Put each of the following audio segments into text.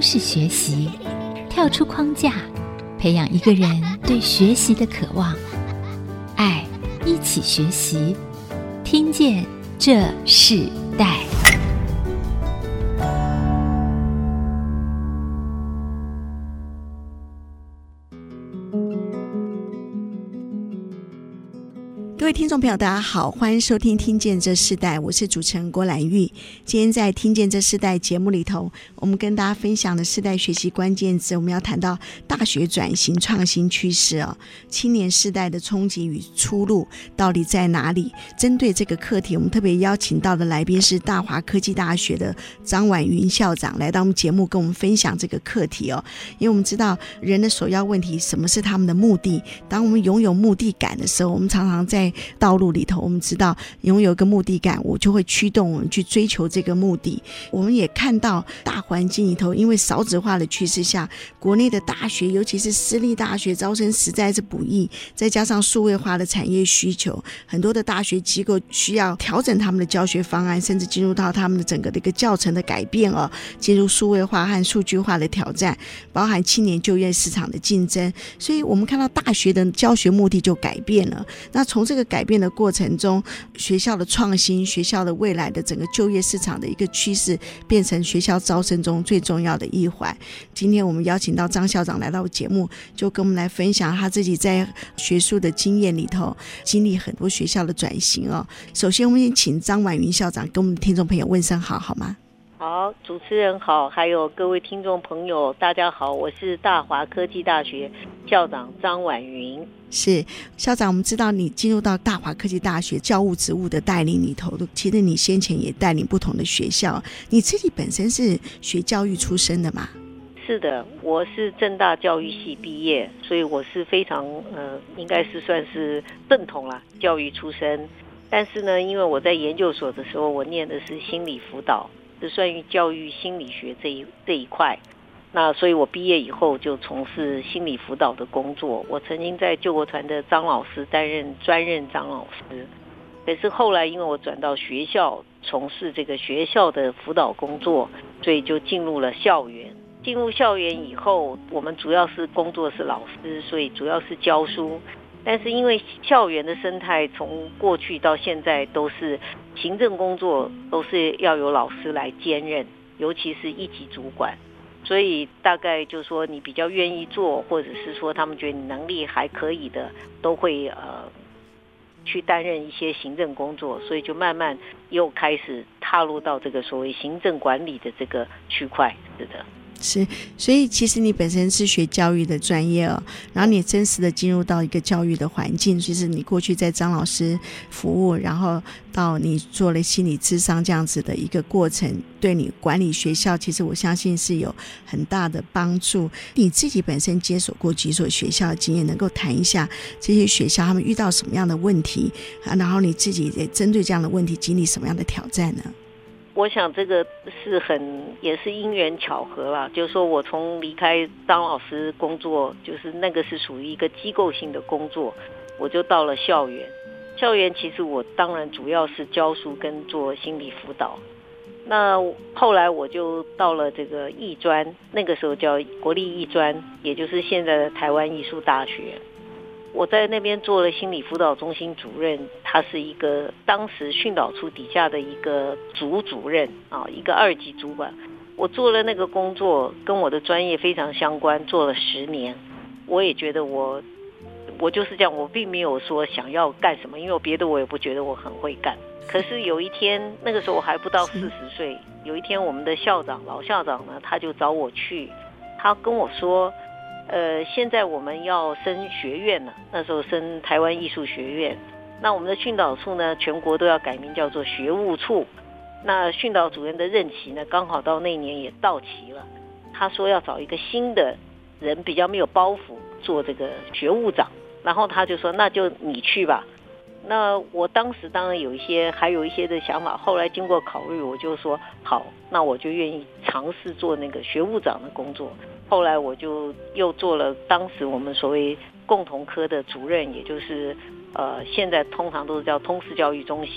是学习，跳出框架，培养一个人对学习的渴望。爱，一起学习，听见这世代。 各位听众朋友大家好，欢迎收听听见这世代，我是主持人郭兰玉。今天在听见这世代节目里头，我们跟大家分享的世代学习关键字，我们要谈到大学转型创新趋势青年世代的冲击与出路到底在哪里。针对这个课题，我们特别邀请到的来宾是大华科技大学的张婉云校长来到我们节目跟我们分享这个课题因为我们知道人的首要问题，什么是他们的目的。当我们拥有目的感的时候，我们常常在道路里头，我们知道拥有一个目的感，我就会驱动我们去追求这个目的。我们也看到大环境里头，因为少子化的趋势下，国内的大学尤其是私立大学招生实在是不易，再加上数位化的产业需求，很多的大学机构需要调整他们的教学方案，甚至进入到他们的整个的一个教程的改变进入数位化和数据化的挑战，包含青年就业市场的竞争。所以我们看到大学的教学目的就改变了。那从这个改变的过程中，学校的创新，学校的未来的整个就业市场的一个趋势，变成学校招生中最重要的一环。今天我们邀请到张校长来到节目，就跟我们来分享他自己在学术的经验里头经历很多学校的转型首先我们先请张婉云校长跟我们的听众朋友问声好，好吗？ 好，主持人好，还有各位听众朋友大家好，我是大华科技大学校长张婉云。 是校长，我们知道你进入到大华科技大学教务职务的带领里头，其实你先前也带领不同的学校，你自己本身是学教育出身的吗？ 是的，我是政大教育系毕业，所以我是非常应该是算是正统啦，教育出身。但是呢，因为我在研究所的时候，我念的是心理辅导，是算于教育心理学这一块。那所以我毕业以后就从事心理辅导的工作。我曾经在救国团的张老师担任专任张老师，可是后来因为我转到学校从事这个学校的辅导工作，所以就进入了校园。进入校园以后，我们主要是工作是老师，所以主要是教书。但是因为校园的生态从过去到现在都是行政工作都是要由老师来兼任，尤其是一级主管，所以大概就说你比较愿意做，或者是说他们觉得你能力还可以的，都会去担任一些行政工作，所以就慢慢又开始踏入到这个所谓行政管理的这个区块。是的， 是，所以其实你本身是学教育的专业然后你真实的进入到一个教育的环境，其实你过去在张老师服务，然后到你做了心理咨商这样子的一个过程，对你管理学校其实我相信是有很大的帮助。你自己本身接手过几所学校的经验，能够谈一下这些学校他们遇到什么样的问题然后你自己也针对这样的问题经历什么样的挑战呢？ 我想这个是也是因缘巧合啦，就是说我从离开张老师工作，就是那个是属于一个机构性的工作，我就到了校园。校园其实我当然主要是教书跟做心理辅导。那后来我就到了这个艺专，那个时候叫国立艺专，也就是现在的台湾艺术大学。我在那边做了心理辅导中心主任，他是一个当时训导处底下的一个组主任一个2级主管。我做了那个工作，跟我的专业非常相关，做了10年。我也觉得我就是这样，我并没有说想要干什么，因为别的我也不觉得我很会干。可是有一天，那个时候我还不到40岁，有一天我们的老校长呢，他就找我去，他跟我说现在我们要升学院了，那时候升台湾艺术学院。那我们的训导处呢，全国都要改名叫做学务处。那训导主任的任期呢，刚好到那年也到期了。他说要找一个新的人，比较没有包袱，做这个学务长。然后他就说，那就你去吧。那我当时当然还有一些的想法，后来经过考虑，我就说好，那我就愿意尝试做那个学务长的工作。后来我就又做了当时我们所谓共同科的主任，也就是现在通常都是叫通识教育中心了。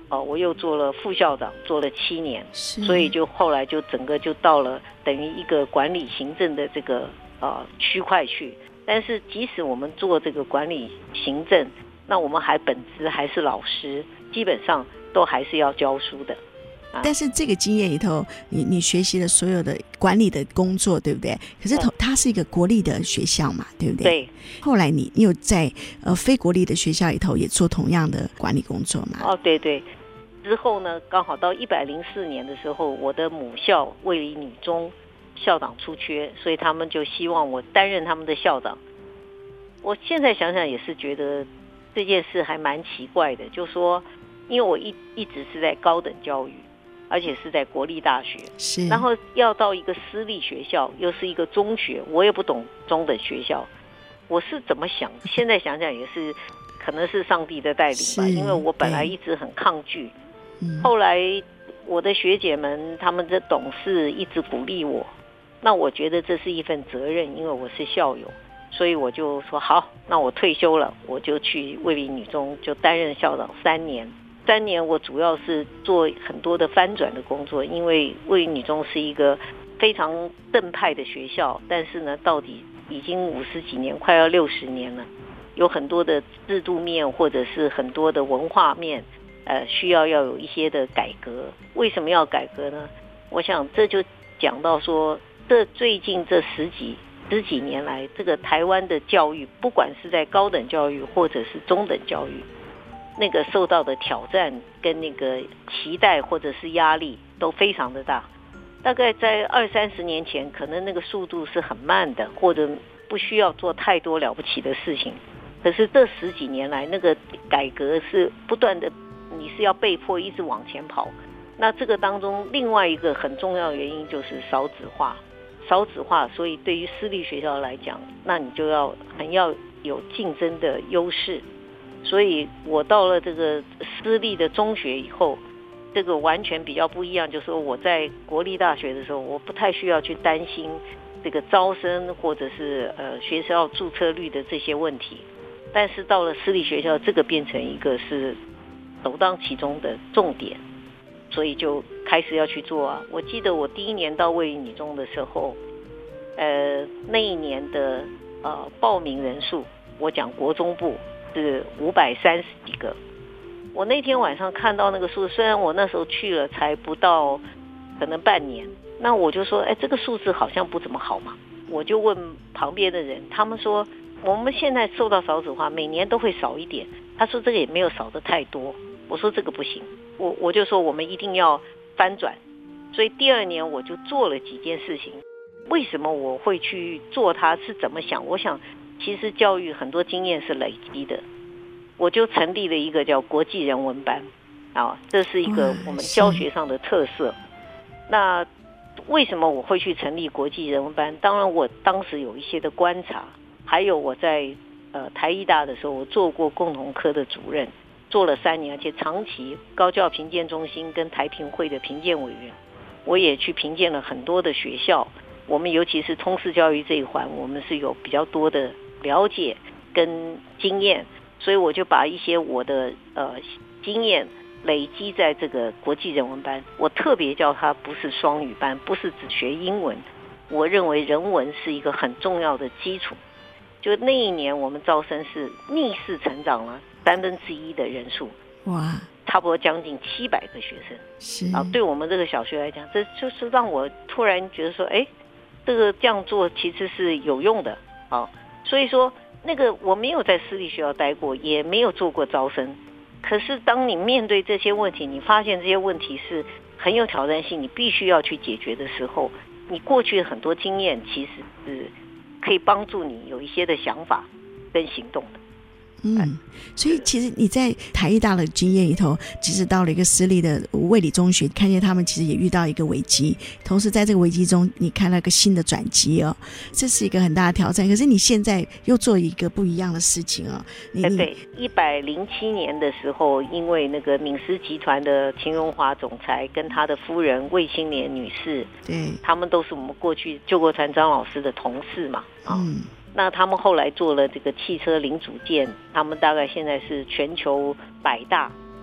我又做了副校长，做了7年， 所以就后来就整个就到了等于一个管理行政的这个区块去。但是即使我们做这个管理行政，那我们本职还是老师，基本上都还是要教书的。 但是这个经验里头，你学习了所有的管理的工作，对不对？可是它是一个国立的学校嘛，对不对？ 对。 后来你有在非国立的学校里头也做同样的管理工作吗？ 对对。之后呢，刚好到104年的时候，我的母校卫理女中校长出缺，所以他们就希望我担任他们的校长。我现在想想也是觉得这件事还蛮奇怪的，就说因为我一直是在高等教育，而且是在国立大学， 是，然后要到一个私立学校，又是一个中学，我也不懂中等学校，我是怎么想？现在想想也是，可能是上帝的带领吧，因为我本来一直很抗拒。后来我的学姐们他们的董事一直鼓励我，那我觉得这是一份责任，因为我是校友，所以我就说好，那我退休了，我就去卫理女中就担任校长3年。3年我主要是做很多的翻转的工作，因为卫理女中是一个非常正派的学校，但是呢到底已经50几年快要60年了，有很多的制度面或者是很多的文化面需要有一些的改革。为什么要改革呢？我想这就讲到说，这最近这十几年来，这个台湾的教育，不管是在高等教育或者是中等教育，那个受到的挑战跟那个期待或者是压力都非常的大。大概在20-30年前，可能那个速度是很慢的，或者不需要做太多了不起的事情。可是这10几年来，那个改革是不断的，你是要被迫一直往前跑。那这个当中另外一个很重要的原因就是少子化，所以对于私立学校来讲，那你就要有竞争的优势。所以我到了这个私立的中学以后，这个完全比较不一样，就是说我在国立大学的时候，我不太需要去担心这个招生或者是学校注册率的这些问题。但是到了私立学校，这个变成一个是首当其冲的重点，所以就开始要去做啊。我记得我第1年到卫理女中的时候，那一年的报名人数，我讲国中部是530几个。我那天晚上看到那个数字，虽然我那时候去了才不到可能半年，那我就说这个数字好像不怎么好嘛。我就问旁边的人，他们说我们现在受到少子化，每年都会少一点。他说这个也没有少得太多。我说这个不行，我就说我们一定要翻转。所以第2年我就做了几件事情。为什么我会去做它，是怎么想？我想其实教育很多经验是累积的。我就成立了一个叫国际人文班这是一个我们教学上的特色。那为什么我会去成立国际人文班？当然我当时有一些的观察，还有我在台艺大的时候，我做过共同科的主任，做了3年，而且长期高教评鉴中心跟台评会的评鉴委员，我也去评鉴了很多的学校。我们尤其是通识教育这一环，我们是有比较多的了解跟经验，所以我就把一些我的经验累积在这个国际人文班。我特别叫它不是双语班，不是只学英文，我认为人文是一个很重要的基础。就那一年我们招生是逆势成长了1/3的人数， 哇， 差不多将近700个学生。 是对我们这个小学来讲，这就是让我突然觉得说，这个这样做其实是有用的。所以说那个我没有在私立学校待过，也没有做过招生，可是当你面对这些问题，你发现这些问题是很有挑战性，你必须要去解决的时候，你过去的很多经验其实是可以帮助你有一些的想法跟行动的。 所以其实你在台艺大的经验里头，即使到了一个私立的卫理中学，看见他们其实也遇到一个危机，同时在这个危机中你看到一个新的转机这是一个很大的挑战。可是你现在又做一个不一样的事情对，107年的时候，因为那个敏斯集团的秦荣华总裁跟他的夫人魏青莲女士， 对，他们都是我们过去救国团张老师的同事嘛。那他们后来做了这个汽车零组件，他们大概现在是全球100大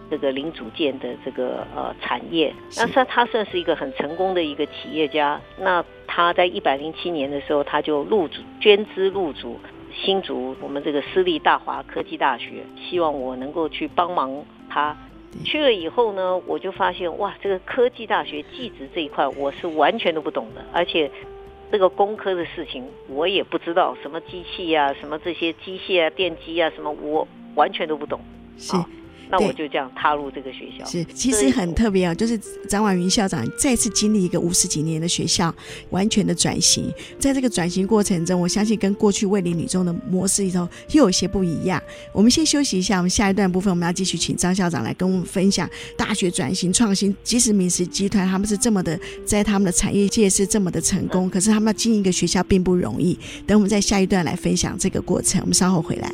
这个零组件的这个产业。那他算是一个很成功的一个企业家。那他在107年的时候，他就捐资入主新竹我们这个私立大华科技大学，希望我能够去帮忙他。去了以后呢，我就发现哇，这个科技大学技职这一块我是完全都不懂的，而且这个工科的事情我也不知道，什么机器啊，什么这些机械啊、电机啊，什么我完全都不懂。 是。 那我就这样踏入这个学校。 是，其实很特别就是张婉云校长再次经历一个50几年的学校完全的转型。在这个转型过程中，我相信跟过去卫理女中的模式里头又有些不一样。我们先休息一下，我们下一段部分我们要继续请张校长来跟我们分享大学转型创新。即使敏实集团他们是这么的在他们的产业界是这么的成功，可是他们要经营一个学校并不容易。等我们在下一段来分享这个过程，我们稍后回来。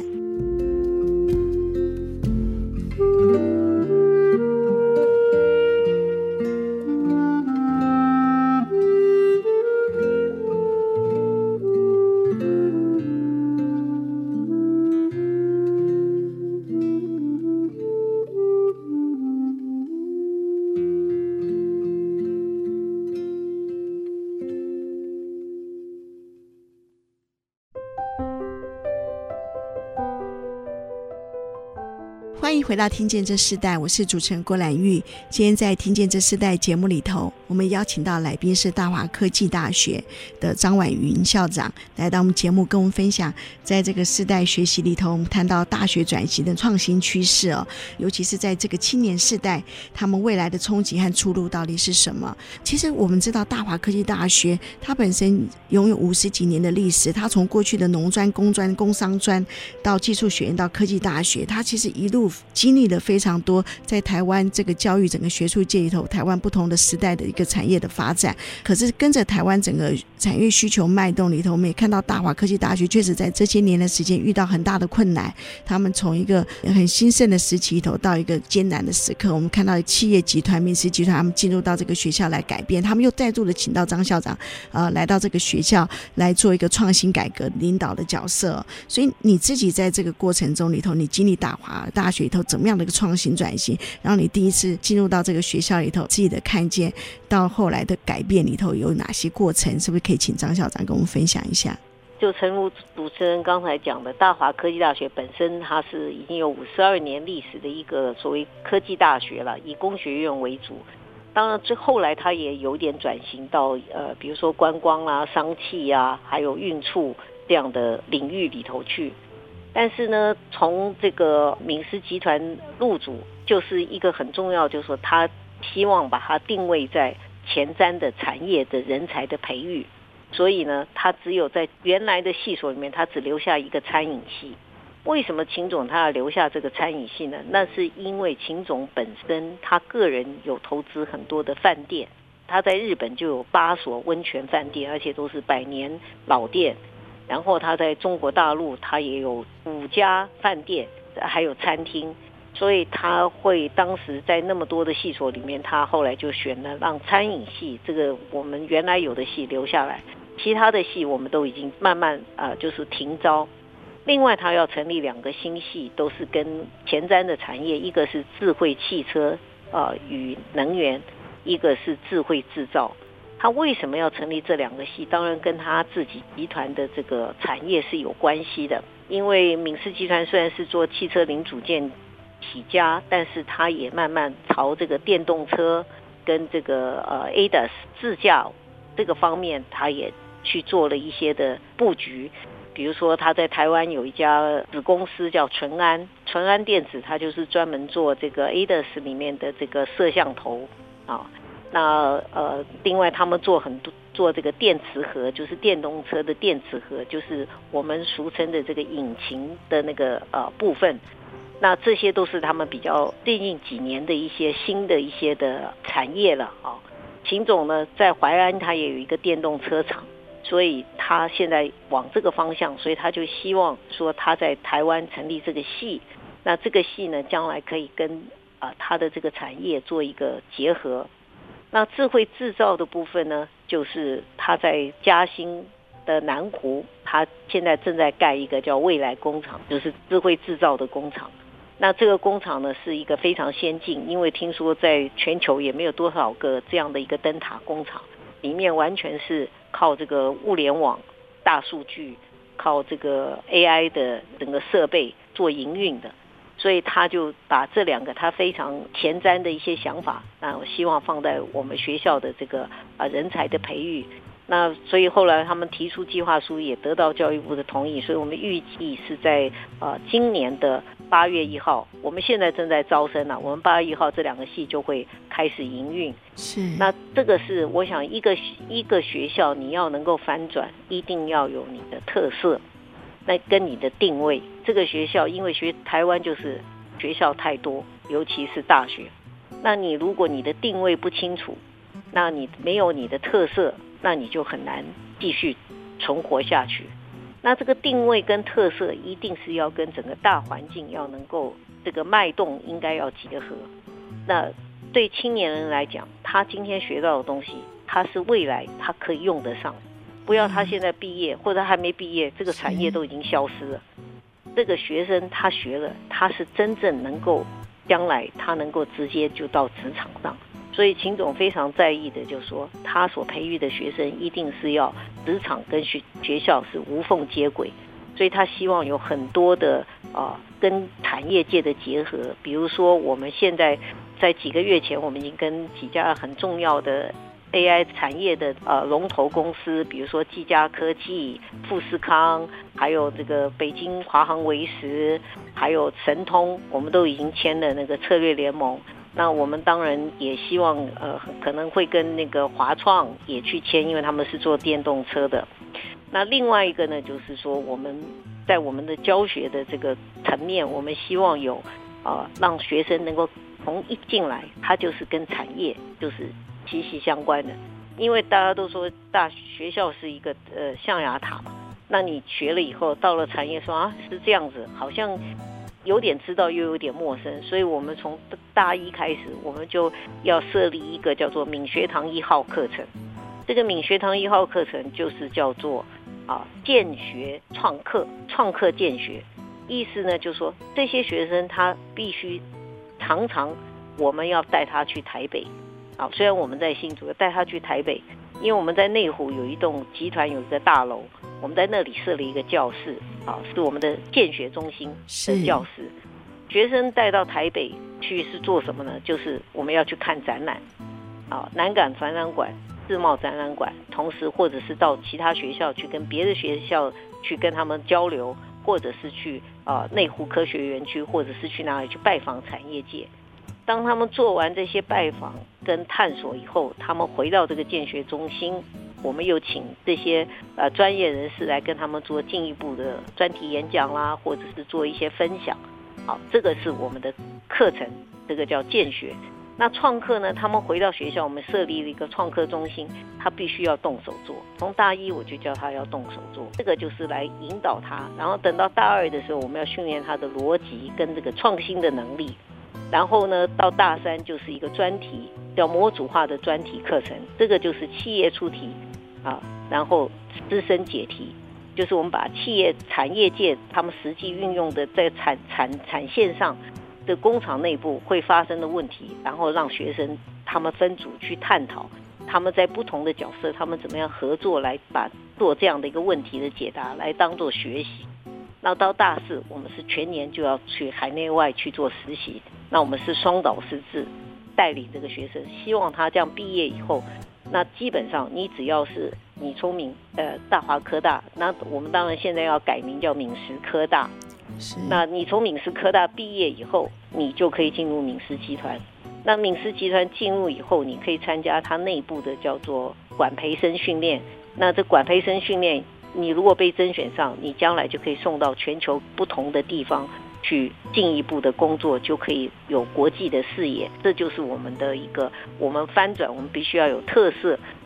欢迎回到听见这世代，我是主持人郭兰玉。今天在听见这世代节目里头，我们邀请到来宾是大华科技大学的张婉云校长来到我们节目，跟我们分享在这个世代学习里头，我们谈到大学转型的创新趋势尤其是在这个青年世代，他们未来的冲击和出路到底是什么。其实我们知道大华科技大学它本身拥有50几年的历史，它从过去的农专、工专、工商专到技术学院到科技大学，它其实一路经历了非常多在台湾这个教育整个学术界里头台湾不同的时代的一个产业的发展。可是跟着台湾整个产业需求脉动里头，我们也看到大华科技大学确实在这些年的时间遇到很大的困难，他们从一个很兴盛的时期里头到一个艰难的时刻。我们看到企业集团、敏实集团他们进入到这个学校来改变，他们又再度的请到张校长来到这个学校来做一个创新改革领导的角色。所以你自己在这个过程中里头，你经历大华大学里头怎么样的一个创新转型，然后你第一次进入到这个学校里头自己的看见到后来的改变里头有哪些过程，是不是可以请张校长跟我们分享一下？ 就诚如主持人刚才讲的，大华科技大学本身它是已经有52年历史的一个所谓科技大学了，以工学院为主。当然后来它也有点转型到比如说观光啦、商企啊，还有运输这样的领域里头去。但是呢，从这个敏实集团入主，就是一个很重要，就是说他希望把它定位在前瞻的产业的人才的培育。所以呢，他只有在原来的系所里面，他只留下一个餐饮系。为什么秦总他要留下这个餐饮系呢？那是因为秦总本身他个人有投资很多的饭店，他在日本就有8所温泉饭店，而且都是100年老店。然后他在中国大陆他也有5家饭店还有餐厅，所以他会当时在那么多的系所里面，他后来就选了让餐饮系这个我们原来有的系留下来，其他的系我们都已经慢慢就是停招。另外他要成立2个新系，都是跟前瞻的产业，一个是智慧汽车与能源，一个是智慧制造。他为什么要成立这2个系？当然跟他自己集团的这个产业是有关系的。因为敏实集团虽然是做汽车零组件起家，但是他也慢慢朝这个电动车跟这个ADAS 自驾这个方面，他也去做了一些的布局。比如说他在台湾有一家子公司叫淳安电子，他就是专门做这个 ADAS 里面的这个摄像头那另外他们做这个电磁盒，就是电动车的电磁盒，就是我们俗称的这个引擎的那个部分。那这些都是他们比较最近几年的一些新的一些的产业了秦总呢在淮安他也有一个电动车厂，所以他现在往这个方向，所以他就希望说他在台湾成立这个系，那这个系呢将来可以跟他的这个产业做一个结合。那智慧制造的部分呢，就是他在嘉兴的南湖，他现在正在盖一个叫未来工厂，就是智慧制造的工厂。 那这个工厂呢是一个非常先进，因为听说在全球也没有多少个这样的一个灯塔工厂，里面完全是靠这个物联网、大数据，靠这个 AI 的整个设备做营运的，所以他就把这两个他非常前瞻的一些想法，那我希望放在我们学校的这个人才的培育。那所以后来他们提出计划书，也得到教育部的同意，所以我们预计是在今年的8月1号，我们现在正在招生了，我们8月1号这两个系就会开始营运。 是， 那这个是我想一个学校你要能够翻转，一定要有你的特色，那跟你的定位。这个学校因为台湾就是学校太多，尤其是大学，那你如果你的定位不清楚，那你没有你的特色，那你就很难继续存活下去。那这个定位跟特色一定是要跟整个大环境要能够这个脉动应该要结合。那对青年人来讲，他今天学到的东西，他是未来他可以用得上，不要他现在毕业或者还没毕业，这个产业都已经消失了。这个学生他学了，他是真正能够将来他能够直接就到职场上。所以秦总非常在意的就是说，他所培育的学生一定是要职场跟学校是无缝接轨，所以他希望有很多的跟产业界的结合。比如说我们现在在几个月前，我们已经跟几家很重要的 AI 产业的龙头公司，比如说技嘉科技、富士康，还有这个北京华航维时，还有神通，我们都已经签了那个策略联盟。那我们当然也希望可能会跟那个华创也去签，因为他们是做电动车的。那另外一个呢，就是说我们在我们的教学的这个层面，我们希望有让学生能够从一进来，他就是跟产业就是息息相关的。因为大家都说大学校是一个象牙塔嘛，那你学了以后到了产业说是这样子，好像有点知道又有点陌生，所以我们从大一开始，我们就要设立一个叫做闵学堂1号课程。这个闵学堂1号课程就是叫做建学创客建学，意思呢就是说这些学生他必须常常我们要带他去台北虽然我们在新竹带他去台北，因为我们在内湖有一栋集团有一个大楼，我们在那里设了一个教室是我们的建学中心的教室。学生带到台北去是做什么呢？就是我们要去看展览南港展览馆、世贸展览馆，同时或者是到其他学校去跟别的学校去跟他们交流，或者是去内湖科学园区，或者是去哪里去拜访产业界。当他们做完这些拜访跟探索以后，他们回到这个建学中心，我们又请这些专业人士来跟他们做进一步的专题演讲啦，或者是做一些分享。这个是我们的课程，这个叫建学。那创客呢，他们回到学校，我们设立了一个创客中心，他必须要动手做。从大一我就叫他要动手做，这个就是来引导他，然后等到大2的时候，我们要训练他的逻辑跟这个创新的能力。然后呢，到大3就是一个专题，叫模组化的专题课程，这个就是企业出题然后师生解题，就是我们把企业产业界他们实际运用的在产线上的工厂内部会发生的问题，然后让学生他们分组去探讨，他们在不同的角色他们怎么样合作来做这样的一个问题的解答，来当做学习。那到大4我们是全年就要去海内外去做实习，那我们是双导师制带领这个学生，希望他这样毕业以后，那基本上你只要是你聪明大华科大，那我们当然现在要改名叫闵实科大，那你从闵实科大毕业以后，你就可以进入闵实集团。那闵实集团进入以后，你可以参加它内部的叫做管培生训练。那这管培生训练，你如果被甄选上，你将来就可以送到全球不同的地方去进一步的工作，就可以有国际的视野。这就是我们的一个，我们翻转，我们必须要有特色，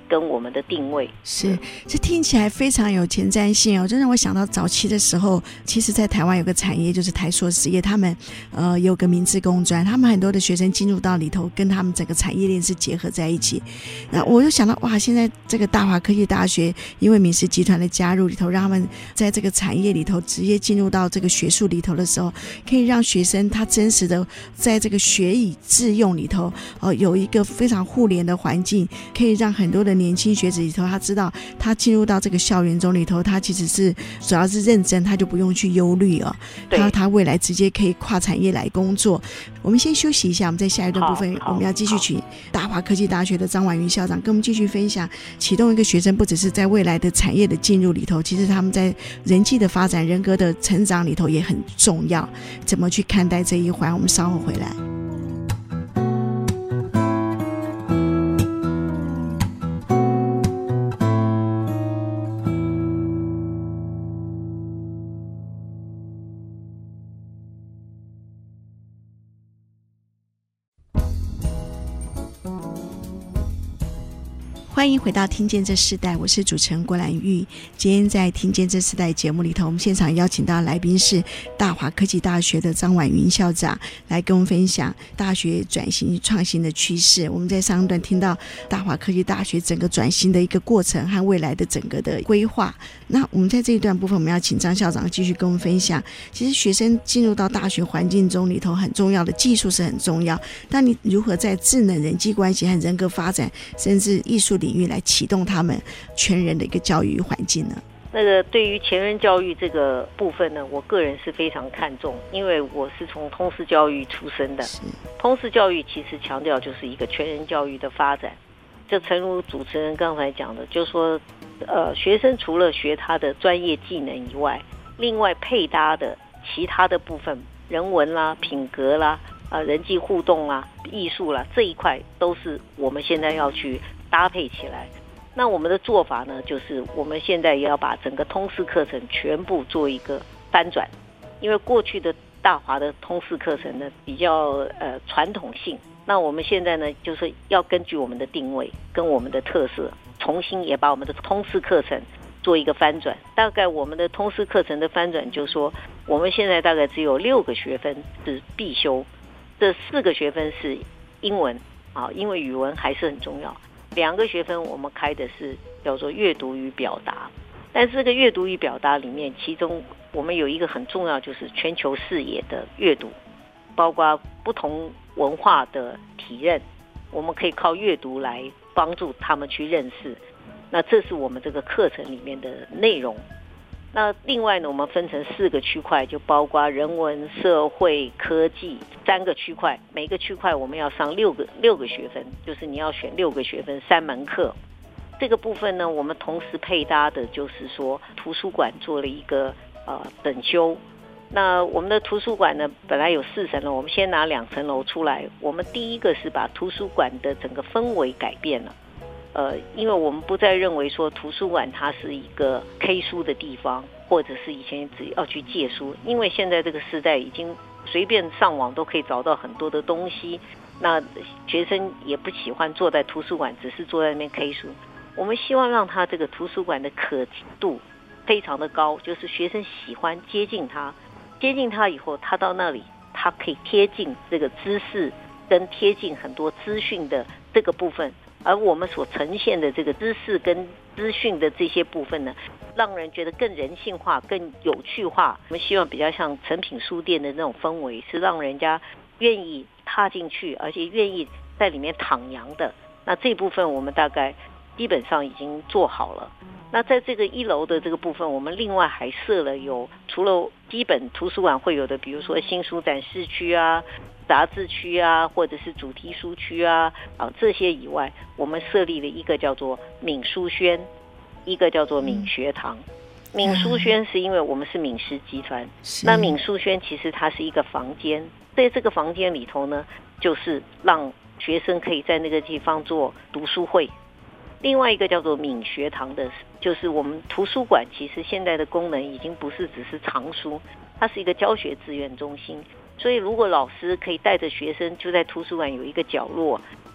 跟我们的定位。 是，这听起来非常有前瞻性哦，这让我想到早期的时候，其实在台湾有个产业就是台塑实业，他们有个明志工专，他们很多的学生进入到里头，跟他们整个产业链是结合在一起。那我就想到哇，现在这个大华科技大学因为敏实集团的加入里头，让他们在这个产业里头直接进入到这个学术里头的时候，可以让学生他真实的在这个学以致用里头有一个非常互联的环境，可以让很多的年轻学子里头，他知道他进入到这个校园中里头，他其实是主要是认真，他就不用去忧虑他未来直接可以跨产业来工作。我们先休息一下，我们在下一段部分我们要继续请大华科技大学的张婉云校长跟我们继续分享，启动一个学生不只是在未来的产业的进入里头，其实他们在人际的发展、人格的成长里头也很重要，怎么去看待这一环。我们稍后回来。欢迎回到听见这世代，我是主持人郭兰玉。今天在听见这世代节目里头，我们现场邀请到来宾是大华科技大学的张婉云校长，来跟我们分享大学转型创新的趋势。我们在上一段听到大华科技大学整个转型的一个过程和未来的整个的规划。那我们在这一段部分，我们要请张校长继续跟我们分享，其实学生进入到大学环境中里头，很重要的技术是很重要，但你如何在智能、人际关系和人格发展，甚至艺术领域来启动他们全人的一个教育环境呢？ 那个对于全人教育这个部分呢，我个人是非常看重，因为我是从通识教育出身的。通识教育其实强调就是一个全人教育的发展。就诚如主持人刚才讲的，就是说学生除了学他的专业技能以外，另外配搭的其他的部分，人文啦、品格啦、人际互动啦、艺术啦，这一块都是我们现在要去搭配起来。那我们的做法呢，就是我们现在也要把整个通识课程全部做一个翻转，因为过去的大华的通识课程呢比较传统性，那我们现在呢就是要根据我们的定位跟我们的特色，重新也把我们的通识课程做一个翻转。大概我们的通识课程的翻转就是说，我们现在大概只有6个学分是必修，这4个学分是英文因为语文还是很重要。2个学分我们开的是叫做阅读与表达，但是这个阅读与表达里面，其中我们有一个很重要，就是全球视野的阅读，包括不同文化的体认，我们可以靠阅读来帮助他们去认识。那这是我们这个课程里面的内容。那另外呢，我们分成4个区块，就包括人文、社会、科技3个区块，每个区块我们要上6个学分，就是你要选6个学分3门课。这个部分呢，我们同时配搭的就是说图书馆做了一个整修。那我们的图书馆呢，本来有4层楼，我们先拿2层楼出来。我们第一个是把图书馆的整个氛围改变了。因为我们不再认为说图书馆它是一个 K 书的地方，或者是以前只要去借书，因为现在这个时代已经随便上网都可以找到很多的东西，那学生也不喜欢坐在图书馆只是坐在那边 K 书。我们希望让他这个图书馆的可及度非常的高，就是学生喜欢接近它以后，他到那里他可以贴近这个知识跟贴近很多资讯的这个部分，而我们所呈现的这个知识跟资讯的这些部分呢，让人觉得更人性化、更有趣化。我们希望比较像诚品书店的那种氛围，是让人家愿意踏进去，而且愿意在里面徜徉的。那这部分我们大概基本上已经做好了。那在这个1楼的这个部分，我们另外还设了除了基本图书馆会有的，比如说新书展示区啊、杂志区啊，或者是主题书区这些以外，我们设立了一个叫做敏书轩，一个叫做敏学堂。敏书轩是因为我们是敏实集团，那敏书轩其实它是一个房间，在这个房间里头呢，就是让学生可以在那个地方做读书会。另外一个叫做敏学堂的，就是我们图书馆其实现在的功能已经不是只是藏书，它是一个教学资源中心。所以如果老师可以带着学生就在图书馆有一个角落，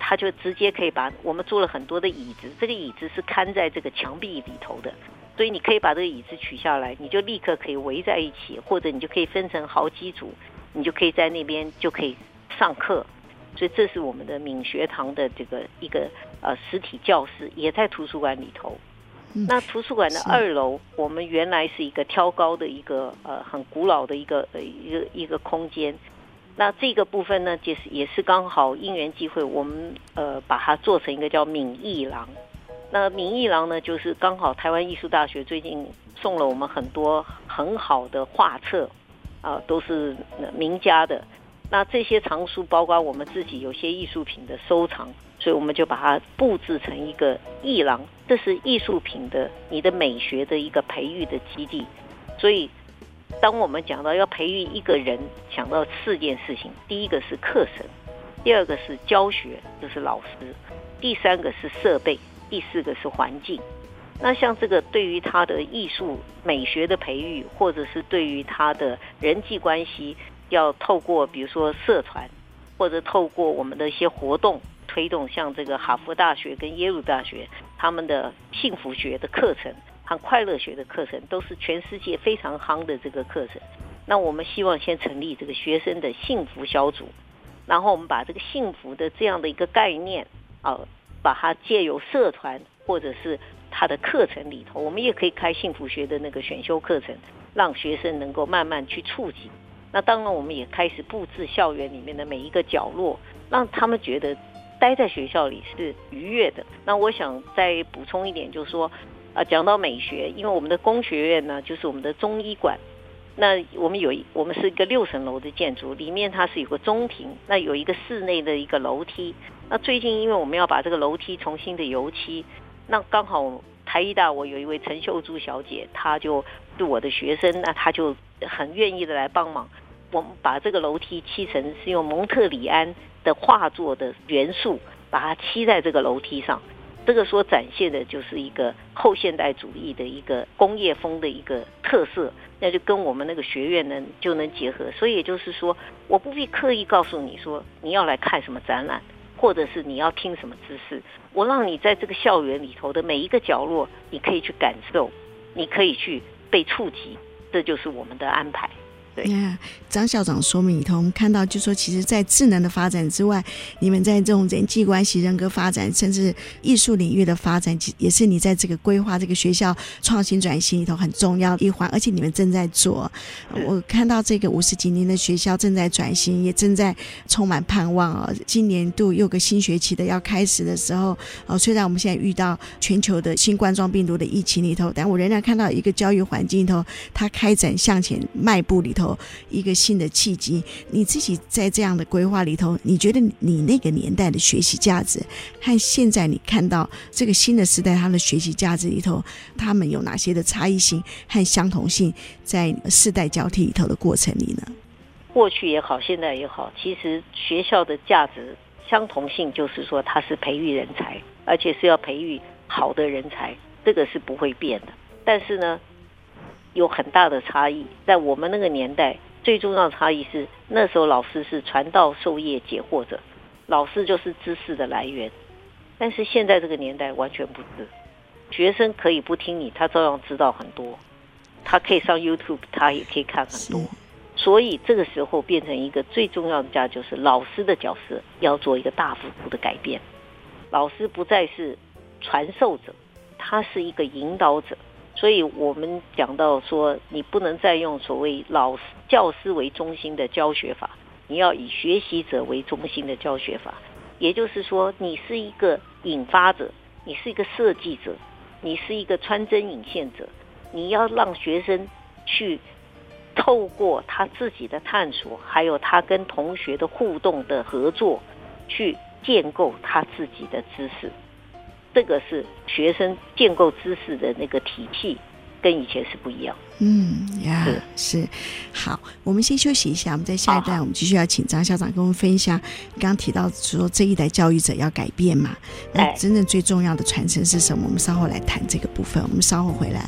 他就直接可以把我们做了很多的椅子，这个椅子是看在这个墙壁里头的，所以你可以把这个椅子取下来，你就立刻可以围在一起，或者你就可以分成好几组，你就可以在那边就可以上课。所以这是我们的闵学堂的这个一个实体教室，也在图书馆里头。那图书馆的2楼，我们原来是一个挑高的一个很古老的一个空间。那这个部分呢，也是刚好因缘际会，我们把它做成一个叫闵艺廊。那闵艺廊呢，就是刚好台湾艺术大学最近送了我们很多很好的画册都是名家的。那这些藏书包括我们自己有些艺术品的收藏，所以我们就把它布置成一个艺廊，这是艺术品的你的美学的一个培育的基地。所以当我们讲到要培育一个人，想到4件事情，第一个是课程，第2个是教学，就是老师，第3个是设备，第4个是环境。那像这个对于他的艺术美学的培育，或者是对于他的人际关系，要透过比如说社团，或者透过我们的一些活动推动，像这个哈佛大学跟耶鲁大学他们的幸福学的课程和快乐学的课程，都是全世界非常夯的这个课程。那我们希望先成立这个学生的幸福小组，然后我们把这个幸福的这样的一个概念把它借由社团或者是他的课程里头，我们也可以开幸福学的那个选修课程，让学生能够慢慢去触及。那当然我们也开始布置校园里面的每一个角落，让他们觉得待在学校里是愉悦的。那我想再补充一点，就是说讲到美学，因为我们的工学院呢，就是我们的中医馆，那我们是一个6层楼的建筑，里面它是有个中庭，那有一个室内的一个楼梯。那最近因为我们要把这个楼梯重新的油漆，那刚好台艺大我有一位陈秀珠小姐，她就是我的学生，那她就很愿意的来帮忙。我们把这个楼梯漆成是用蒙特里安的画作的元素，把它漆在这个楼梯上。这个所展现的就是一个后现代主义的一个工业风的一个特色，那就跟我们那个学院呢就能结合。所以也就是说，我不必刻意告诉你说你要来看什么展览，或者是你要听什么知识，我让你在这个校园里头的每一个角落，你可以去感受，你可以去被触及，这就是我们的安排。对， 张校长说明里头，我们看到就说其实在智能的发展之外，你们在这种人际关系、人格发展，甚至艺术领域的发展，也是你在这个规划这个学校创新转型里头很重要一环，而且你们正在做。我看到这个50几年的学校正在转型，也正在充满盼望今年度有个新学期的要开始的时候虽然我们现在遇到全球的新冠状病毒的疫情里头，但我仍然看到一个教育环境里头，它开展向前迈步里头一个新的契机。你自己在这样的规划里头，你觉得你那个年代的学习价值和现在你看到这个新的时代他们的学习价值里头，他们有哪些的差异性和相同性在世代交替里头的过程里呢？ 过去也好，现在也好，其实学校的价值相同性就是说它是培育人才，而且是要培育好的人才，这个是不会变的。但是呢，有很大的差异。在我们那个年代，最重要的差异是那时候老师是传道授业解惑者，老师就是知识的来源。但是现在这个年代完全不是，学生可以不听你，他照样知道很多，他可以上 YouTube， 他也可以看很多。所以这个时候变成一个最重要的价值，就是老师的角色要做一个大幅度的改变。老师不再是传授者，他是一个引导者。所以我们讲到说，你不能再用所谓教师为中心的教学法，你要以学习者为中心的教学法。也就是说，你是一个引发者，你是一个设计者，你是一个穿针引线者，你要让学生去透过他自己的探索，还有他跟同学的互动的合作，去建构他自己的知识。这个是学生建构知识的那个体系，跟以前是不一样。 是。好，我们先休息一下，我们在下一段我们继续要请张校长跟我们分享。刚刚提到说这一代教育者要改变嘛，那真正最重要的传承是什么？我们稍后来谈这个部分，我们稍后回来。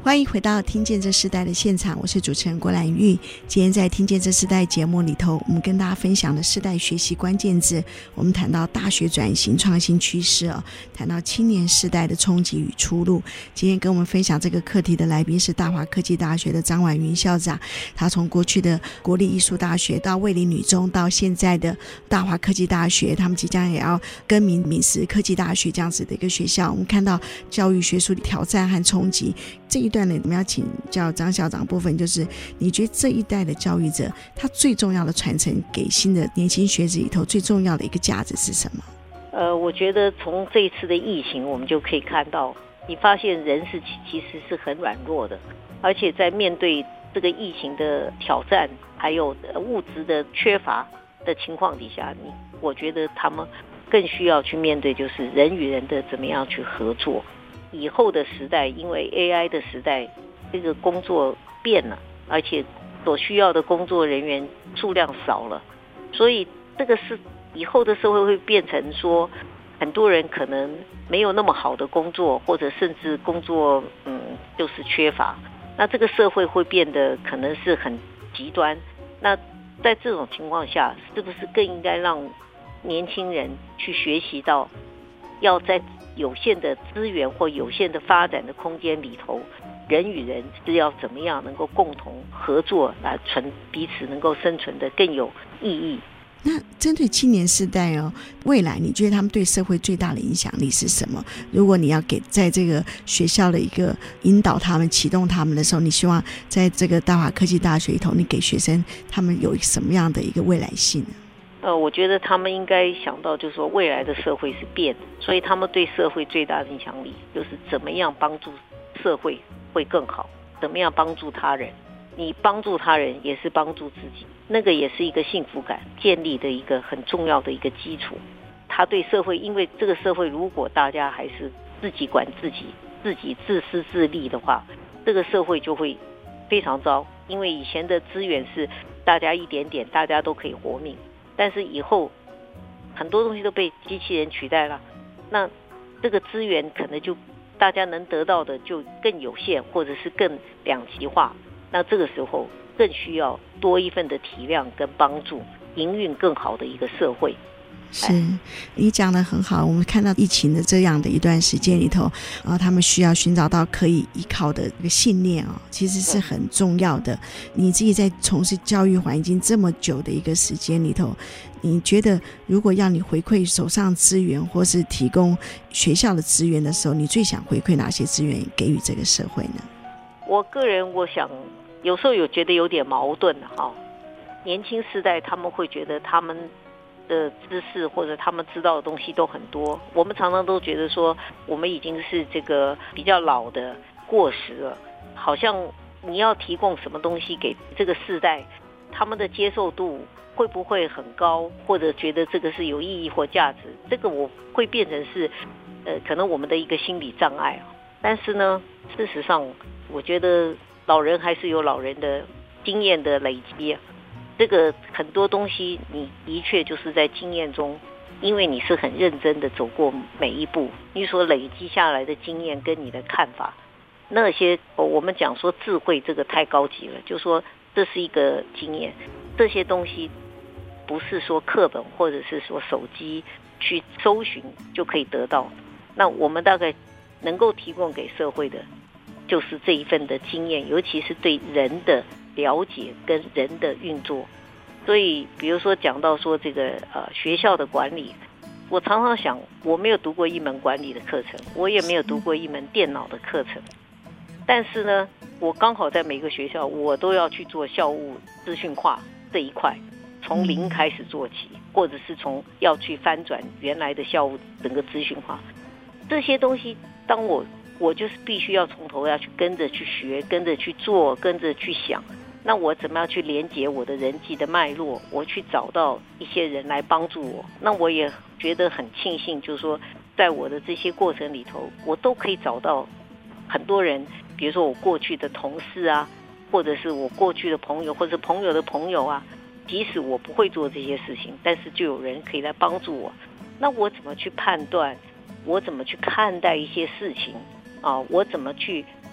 欢迎回到听见这世代的现场，我是主持人郭兰玉。今天在听见这世代节目里头，我们跟大家分享的世代学习关键字，我们谈到大学转型创新趋势谈到青年世代的冲击与出路。今天跟我们分享这个课题的来宾是大华科技大学的张婉云校长，他从过去的国立艺术大学到卫理女中，到现在的大华科技大学，他们即将也要更名闽实科技大学这样子的一个学校。我们看到教育学术的挑战和冲击，这一段呢，我们要请教张校长部分，就是你觉得这一代的教育者，他最重要的传承给新的年轻学子里头，最重要的一个价值是什么？ 我觉得从这一次的疫情，我们就可以看到，你发现人是其实是很软弱的，而且在面对这个疫情的挑战，还有物质的缺乏的情况底下，我觉得他们更需要去面对，就是人与人的怎么样去合作。以后的时代，因为 AI 的时代，这个工作变了，而且所需要的工作人员数量少了，所以这个是以后的社会会变成说，很多人可能没有那么好的工作，或者甚至工作就是缺乏，那这个社会会变得可能是很极端。那在这种情况下，是不是更应该让年轻人去学习到，要在有限的资源或有限的发展的空间里头，人与人是要怎么样能够共同合作来彼此能够生存的更有意义。 那针对青年世代未来你觉得他们对社会最大的影响力是什么？如果你要给在这个学校的一个引导他们启动他们的时候，你希望在这个大华科技大学里头，你给学生他们有什么样的一个未来性呢？ 我觉得他们应该想到，就是说未来的社会是变的，所以他们对社会最大的影响力就是怎么样帮助社会会更好，怎么样帮助他人。你帮助他人也是帮助自己，那个也是一个幸福感建立的一个很重要的一个基础。他对社会，因为这个社会如果大家还是自己管自己，自己自私自利的话，这个社会就会非常糟。因为以前的资源是大家一点点，大家都可以活命，但是以后很多东西都被机器人取代了，那这个资源可能就大家能得到的就更有限，或者是更两极化。那这个时候更需要多一份的体谅跟帮助，营运更好的一个社会。 是，你讲得很好。我们看到疫情的这样的一段时间里头，他们需要寻找到可以依靠的一个信念其实是很重要的。你自己在从事教育环境这么久的一个时间里头，你觉得如果要你回馈手上资源，或是提供学校的资源的时候，你最想回馈哪些资源给予这个社会呢？ 我个人我想有时候有觉得有点矛盾年轻世代他们会觉得他们的知识或者他们知道的东西都很多，我们常常都觉得说我们已经是这个比较老的过时了，好像你要提供什么东西给这个世代，他们的接受度会不会很高，或者觉得这个是有意义或价值，这个我会变成是可能我们的一个心理障碍。但是呢，事实上我觉得老人还是有老人的经验的累积这个很多东西你的确就是在经验中，因为你是很认真的走过每一步，你所累积下来的经验跟你的看法，那些我们讲说智慧这个太高级了，就说这是一个经验，这些东西不是说课本或者是说手机去搜寻就可以得到，那我们大概能够提供给社会的就是这一份的经验，尤其是对人的了解跟人的运作。所以比如说讲到说这个学校的管理，我常常想我没有读过一门管理的课程，我也没有读过一门电脑的课程，但是呢我刚好在每个学校我都要去做校务资讯化这一块，从零开始做起，或者是从要去翻转原来的校务整个资讯化，这些东西当我就是必须要从头要去跟着去学，跟着去做，跟着去想，那我怎么样去连接我的人际的脉络，我去找到一些人来帮助我。那我也觉得很庆幸，就是说在我的这些过程里头，我都可以找到很多人，比如说我过去的同事啊，或者是我过去的朋友，或者朋友的朋友啊，即使我不会做这些事情，但是就有人可以来帮助我。那我怎么去判断，我怎么去看待一些事情我怎么去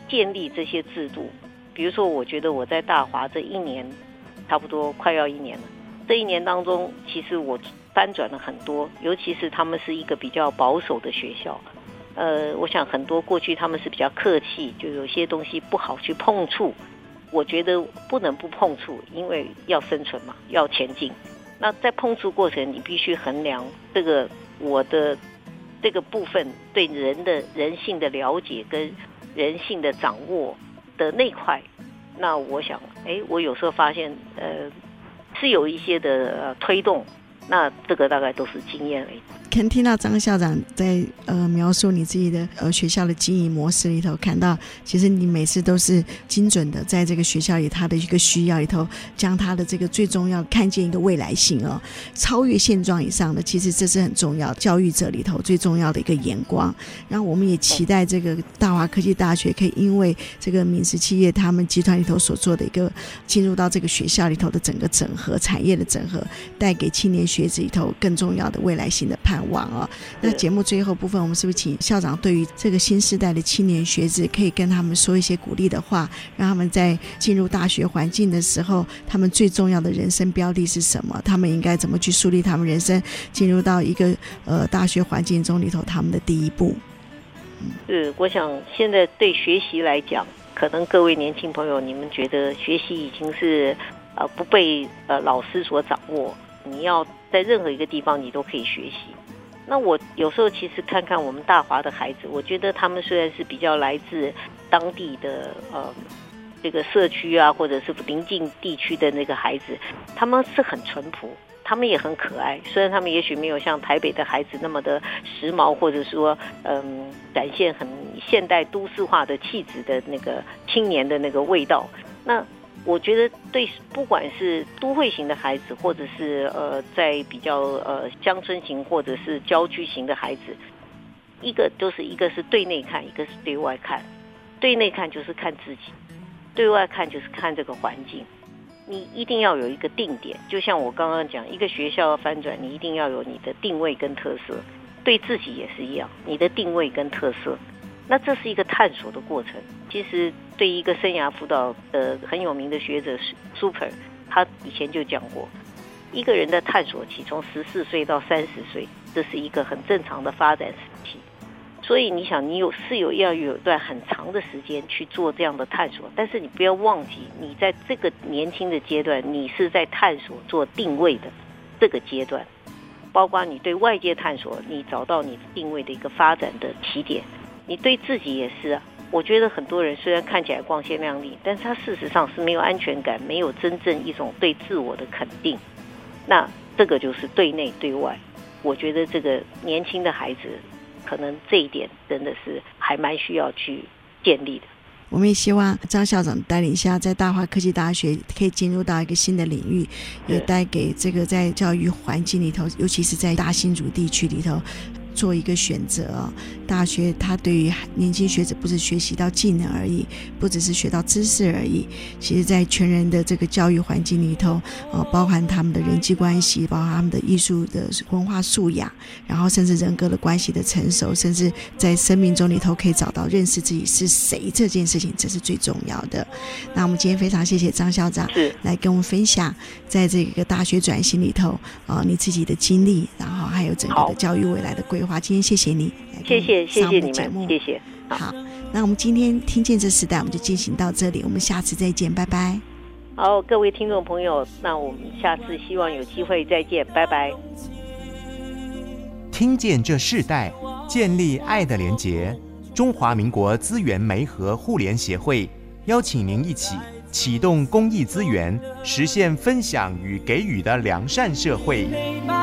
建立这些制度。比如说我觉得我在大华这1年差不多快要1年了，这1年当中其实我翻转了很多，尤其是他们是一个比较保守的学校，我想很多过去他们是比较客气，就有些东西不好去碰触，我觉得不能不碰触，因为要生存嘛，要前进。那在碰触过程你必须衡量这个我的这个部分对人性的了解跟人性的掌握的那块，那我想我有时候发现是有一些的推动，那这个大概都是经验而已。 可能听到张校长在描述你自己的学校的经营模式里头，看到其实你每次都是精准的在这个学校里他的一个需要里头，将他的这个最重要看见一个未来性超越现状以上的，其实这是很重要，教育者里头最重要的一个眼光。然后我们也期待这个大华科技大学可以因为这个敏实企业他们集团里头所做的一个进入到这个学校里头的整个整合，产业的整合，带给青年学子里头更重要的未来性的盼望那节目最后部分，我们是不是请校长对于这个新世代的青年学子可以跟他们说一些鼓励的话，让他们在进入大学环境的时候，他们最重要的人生标的是什么，他们应该怎么去树立他们人生进入到一个大学环境中里头他们的第一步。 我想现在对学习来讲，可能各位年轻朋友你们觉得学习已经是不被老师所掌握，你要在任何一个地方你都可以学习。那我有时候其实看看我们大华的孩子，我觉得他们虽然是比较来自当地的这个社区啊，或者是邻近地区的那个孩子，他们是很淳朴，他们也很可爱，虽然他们也许没有像台北的孩子那么的时髦，或者说展现很现代都市化的气质的那个青年的那个味道。那我觉得对不管是都会型的孩子，或者是在比较乡村型或者是郊区型的孩子，一个是对内看，一个是对外看。对内看就是看自己，对外看就是看这个环境。你一定要有一个定点，就像我刚刚讲，一个学校要翻转，你一定要有你的定位跟特色，对自己也是一样，你的定位跟特色。那这是一个探索的过程。其实对一个生涯辅导的很有名的学者 Super， 他以前就讲过，一个人的探索期从14岁到30岁，这是一个很正常的发展时期。所以你想，你要有一段很长的时间去做这样的探索，但是你不要忘记，你在这个年轻的阶段，你是在探索做定位的这个阶段，包括你对外界探索，你找到你定位的一个发展的起点。你对自己也是啊，我觉得很多人虽然看起来光鲜亮丽，但是他事实上是没有安全感，没有真正一种对自我的肯定。那这个就是对内对外，我觉得这个年轻的孩子可能这一点真的是还蛮需要去建立的。 我们也希望张校长带领下，在大华科技大学可以进入到一个新的领域，也带给这个在教育环境里头，尤其是在大新竹地区里头做一个选择大学它对于年轻学子不是学习到技能而已，不只是学到知识而已，其实在全人的这个教育环境里头包含他们的人际关系，包含他们的艺术的文化素养，然后甚至人格的关系的成熟，甚至在生命中里头可以找到认识自己是谁这件事情，这是最重要的。那我们今天非常谢谢张校长来跟我们分享在这个大学转型里头你自己的经历，然后还有整个的教育未来的规划。今天谢谢你， 谢谢你们，谢谢。 好，那我们今天听见这时代我们就进行到这里，我们下次再见，拜拜。 好，各位听众朋友，那我们下次希望有机会再见，拜拜。 听见这世代，建立爱的连结。中华民国资源媒合互联协会邀请您一起启动公益资源，实现分享与给予的良善社会。